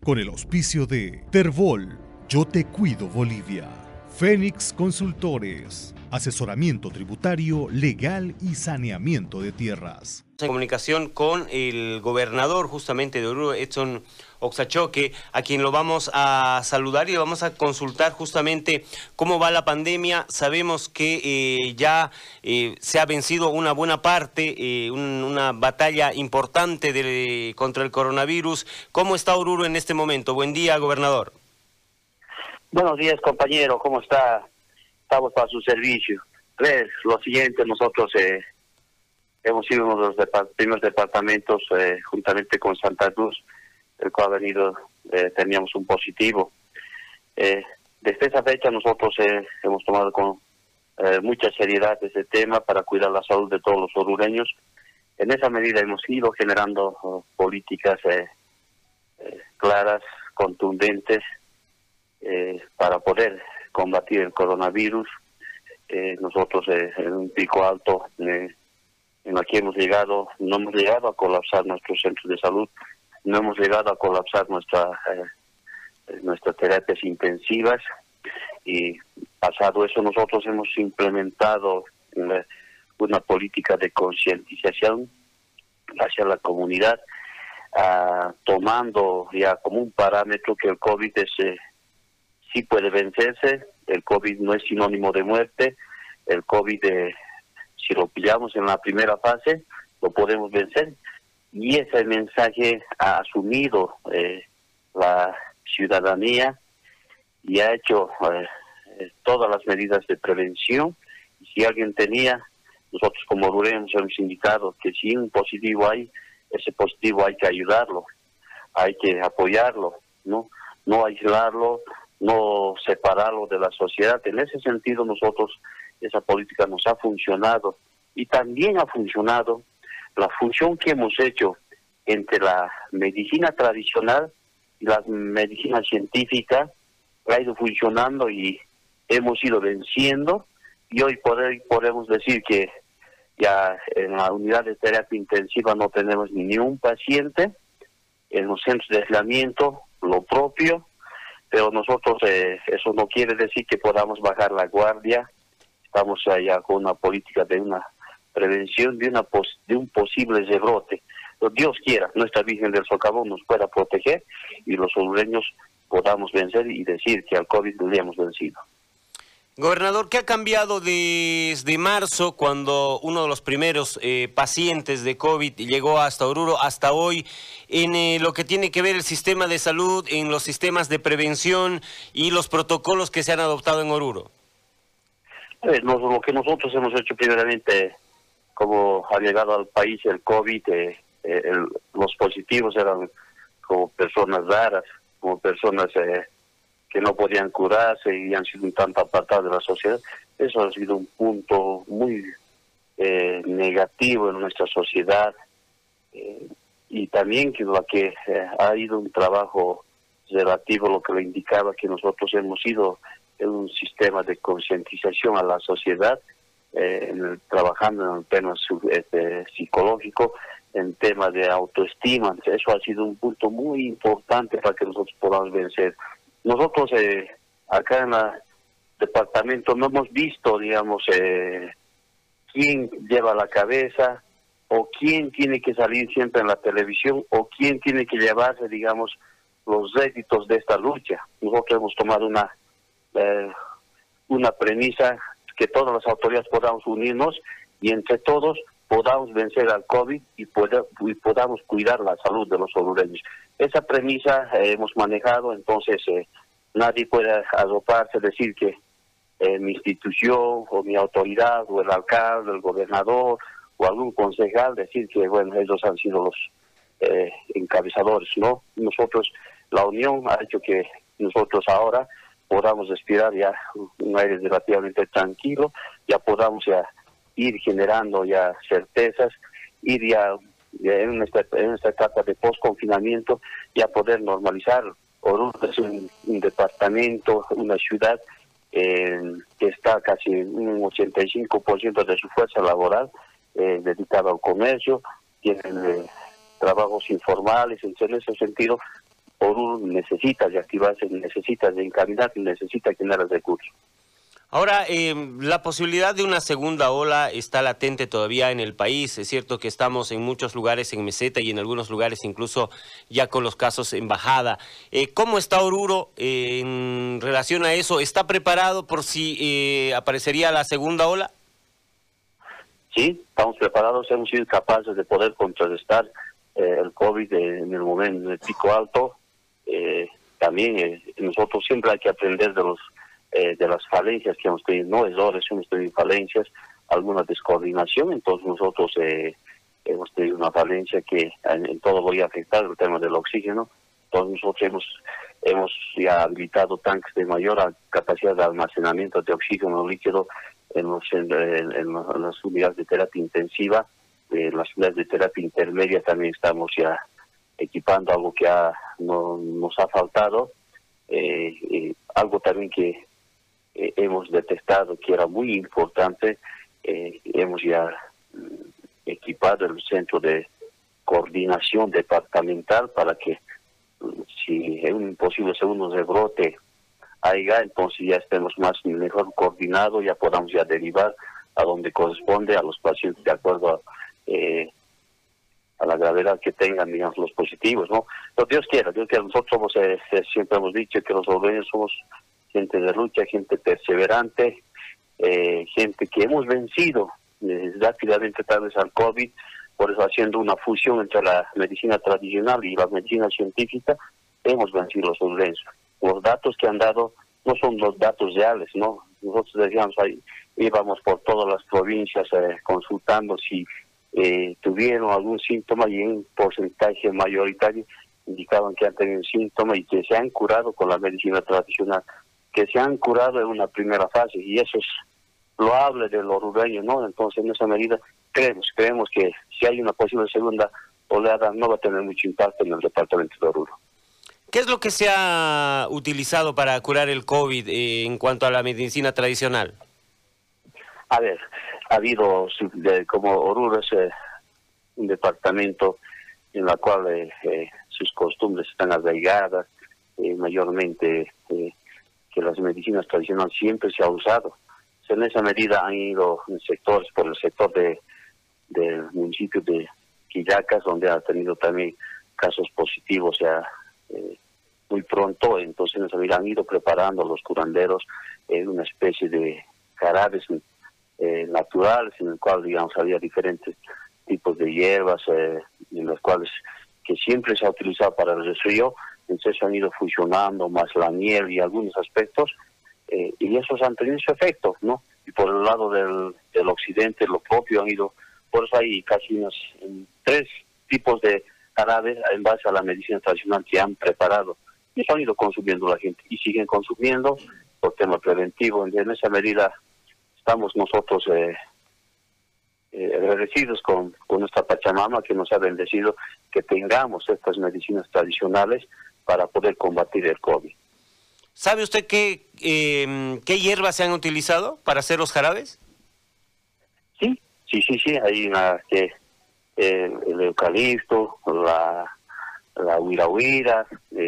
con el auspicio de Terbol, Yo Te Cuido Bolivia, Fénix Consultores, asesoramiento tributario, legal y saneamiento de tierras. En comunicación con el gobernador justamente de Oruro, Edson Oxachoque, a quien lo vamos a saludar y vamos a consultar justamente cómo va la pandemia. Sabemos que ya se ha vencido una buena parte, una batalla importante contra el coronavirus. ¿Cómo está Oruro en este momento? Buen día, gobernador. Buenos días, compañero. ¿Cómo está? Estamos para su servicio. Pues, lo siguiente, nosotros hemos sido uno de los primeros departamentos, juntamente con Santa Cruz, el cual ha venido, teníamos un positivo. Desde esa fecha nosotros hemos tomado con mucha seriedad ese tema para cuidar la salud de todos los orureños. En esa medida hemos ido generando políticas claras, contundentes, para poder combatir el coronavirus. Nosotros en un pico alto en el que hemos llegado, no hemos llegado a colapsar nuestros centros de salud, no hemos llegado a colapsar nuestras terapias intensivas, y pasado eso nosotros hemos implementado una política de concientización hacia la comunidad, tomando ya como un parámetro que el COVID sí puede vencerse. El COVID no es sinónimo de muerte. El COVID, si lo pillamos en la primera fase, lo podemos vencer. Y ese mensaje ha asumido la ciudadanía y ha hecho todas las medidas de prevención. Y si alguien tenía, nosotros como orureños hemos indicado que si un positivo hay, ese positivo hay que ayudarlo, hay que apoyarlo, no aislarlo, no separarlo de la sociedad. En ese sentido nosotros, esa política nos ha funcionado, y también ha funcionado la función que hemos hecho entre la medicina tradicional y la medicina científica. Ha ido funcionando y hemos ido venciendo, y hoy podemos decir que ya en la unidad de terapia intensiva no tenemos ni un paciente, en los centros de aislamiento lo propio. Pero nosotros, eso no quiere decir que podamos bajar la guardia. Estamos allá con una política de una prevención de un posible rebrote. Dios quiera, nuestra Virgen del Socavón nos pueda proteger y los orureños podamos vencer y decir que al COVID le hemos vencido. Gobernador, ¿qué ha cambiado desde marzo, cuando uno de los primeros pacientes de COVID llegó hasta Oruro, hasta hoy, en lo que tiene que ver el sistema de salud, en los sistemas de prevención y los protocolos que se han adoptado en Oruro? Lo que nosotros hemos hecho primeramente, como ha llegado al país el COVID, los positivos eran como personas raras, como personas que no podían curarse y han sido un tanto apartados de la sociedad. Eso ha sido un punto muy negativo en nuestra sociedad, y también que ha ido un trabajo relativo, lo que le indicaba que nosotros hemos ido en un sistema de concientización a la sociedad, trabajando en el tema psicológico, en tema de autoestima. Eso ha sido un punto muy importante para que nosotros podamos vencer. Nosotros acá en el departamento no hemos visto, digamos, quién lleva la cabeza, o quién tiene que salir siempre en la televisión, o quién tiene que llevarse, digamos, los réditos de esta lucha. Nosotros hemos tomado una premisa, que todas las autoridades podamos unirnos y entre todos podamos vencer al COVID y podamos cuidar la salud de los orureños. Esa premisa hemos manejado. Entonces nadie puede arroparse, decir que mi institución o mi autoridad o el alcalde, el gobernador o algún concejal, decir que bueno, ellos han sido los encabezadores, ¿no? Nosotros, la unión ha hecho que nosotros ahora podamos respirar ya un aire relativamente tranquilo, ya podamos ya ir generando ya certezas, ir ya en esta etapa de post-confinamiento, ya poder normalizar. Oruro es un departamento, una ciudad que está casi un 85% de su fuerza laboral dedicada al comercio, tienen trabajos informales. En ese sentido Oruro necesita de activarse, necesita de encaminar, necesita generar recursos. Ahora, la posibilidad de una segunda ola está latente todavía en el país. Es cierto que estamos en muchos lugares en meseta y en algunos lugares incluso ya con los casos en bajada. ¿Cómo está Oruro en relación a eso? ¿Está preparado por si aparecería la segunda ola? Sí, estamos preparados, hemos sido capaces de poder contrarrestar el COVID en el momento, en el pico alto. También nosotros siempre hay que aprender de las falencias que hemos tenido, no errores, hemos tenido falencias, alguna descoordinación, entonces nosotros hemos tenido una falencia que en todo voy a afectar el tema del oxígeno, entonces nosotros hemos ya habilitado tanques de mayor capacidad de almacenamiento de oxígeno líquido en las unidades de terapia intensiva, las unidades de terapia intermedia también estamos ya equipando algo que nos ha faltado, algo también que hemos detectado que era muy importante, hemos ya equipado el centro de coordinación departamental para que si es un posible segundo rebrote haya, entonces ya estemos mejor coordinados, ya podamos ya derivar a donde corresponde a los pacientes de acuerdo a la gravedad que tengan, digamos, los positivos, ¿no? Pero Dios quiera, nosotros somos, siempre hemos dicho que los ordeños somos gente de lucha, gente perseverante, gente que hemos vencido rápidamente tal vez al COVID, por eso haciendo una fusión entre la medicina tradicional y la medicina científica, hemos vencido los ordeños. Los datos que han dado no son los datos reales, ¿no? Nosotros decíamos ahí, íbamos por todas las provincias consultando si tuvieron algún síntoma y en un porcentaje mayoritario indicaban que han tenido síntomas y que se han curado con la medicina tradicional, que se han curado en una primera fase, y eso es loable de los orureños, ¿no? Entonces, en esa medida, creemos que si hay una posible segunda oleada, no va a tener mucho impacto en el departamento de Oruro. ¿Qué es lo que se ha utilizado para curar el COVID en cuanto a la medicina tradicional? A ver, ha habido, como Oruro es un departamento en la cual sus costumbres están arraigadas, mayormente que las medicinas tradicionales siempre se ha usado. En esa medida han ido sectores, por el sector del municipio de Quillacas, donde ha tenido también casos positivos muy pronto, entonces en esa medida han ido preparando los curanderos una especie de jarabes naturales, en el cual, digamos, había diferentes tipos de hierbas, en las cuales que siempre se ha utilizado para el resfrío, entonces han ido fusionando más la miel y algunos aspectos, y esos han tenido su efecto, ¿no? Y por el lado del occidente, lo propio han ido, por eso hay casi tres tipos de jarabes en base a la medicina tradicional que han preparado, y eso han ido consumiendo la gente, y siguen consumiendo por tema preventivo. En esa medida estamos nosotros agradecidos con nuestra Pachamama, que nos ha bendecido que tengamos estas medicinas tradicionales para poder combatir el COVID. ¿Sabe usted qué hierbas se han utilizado para hacer los jarabes? Sí. Hay el eucalipto, la huirahuira,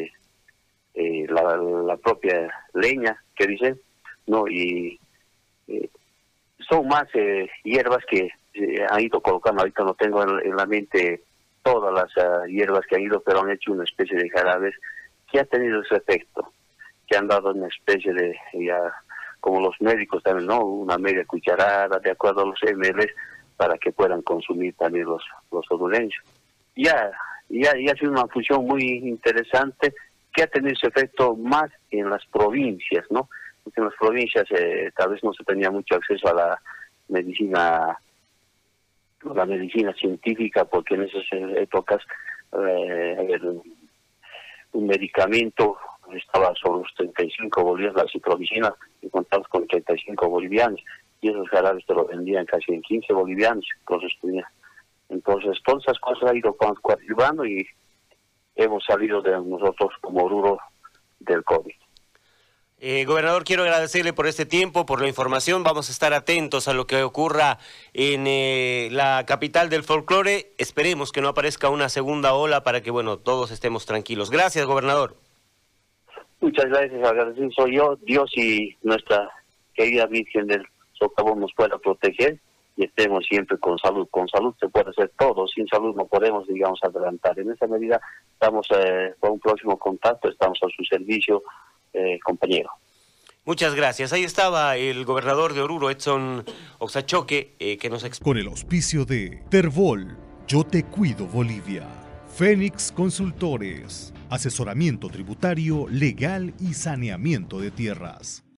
la propia leña, que dicen, ¿no? Y son más hierbas que han ido colocando. Ahorita no tengo en la mente todas las hierbas que han ido, pero han hecho una especie de jarabes que ha tenido ese efecto, que han dado una especie de, como los médicos también, ¿no? Una media cucharada, de acuerdo a los ml, para que puedan consumir también los orureños. Y ha sido una fusión muy interesante, que ha tenido ese efecto más en las provincias, ¿no? Porque en las provincias tal vez no se tenía mucho acceso a la medicina científica, porque en esas épocas un medicamento estaba sobre los 35 bolivianos, la citromicina, y contamos con 35 bolivianos, y esos jarabes te lo vendían casi en 15 bolivianos. Entonces todas esas cosas han ido coadyuvando y hemos salido de nosotros como Oruro del COVID. Gobernador, quiero agradecerle por este tiempo, por la información. Vamos a estar atentos a lo que ocurra en la capital del folclore. Esperemos que no aparezca una segunda ola para que, bueno, todos estemos tranquilos. Gracias, gobernador. Muchas gracias, agradecido soy yo. Dios y nuestra querida Virgen del Socavón nos pueda proteger y estemos siempre con salud. Con salud se puede hacer todo, sin salud no podemos, digamos, adelantar. En esa medida estamos con un próximo contacto, estamos a su servicio, compañero. Muchas gracias. Ahí estaba el gobernador de Oruro, Edson Oxachoque, que nos explicó. Con el auspicio de Tervol, Yo Te Cuido Bolivia. Fénix Consultores, asesoramiento tributario, legal y saneamiento de tierras.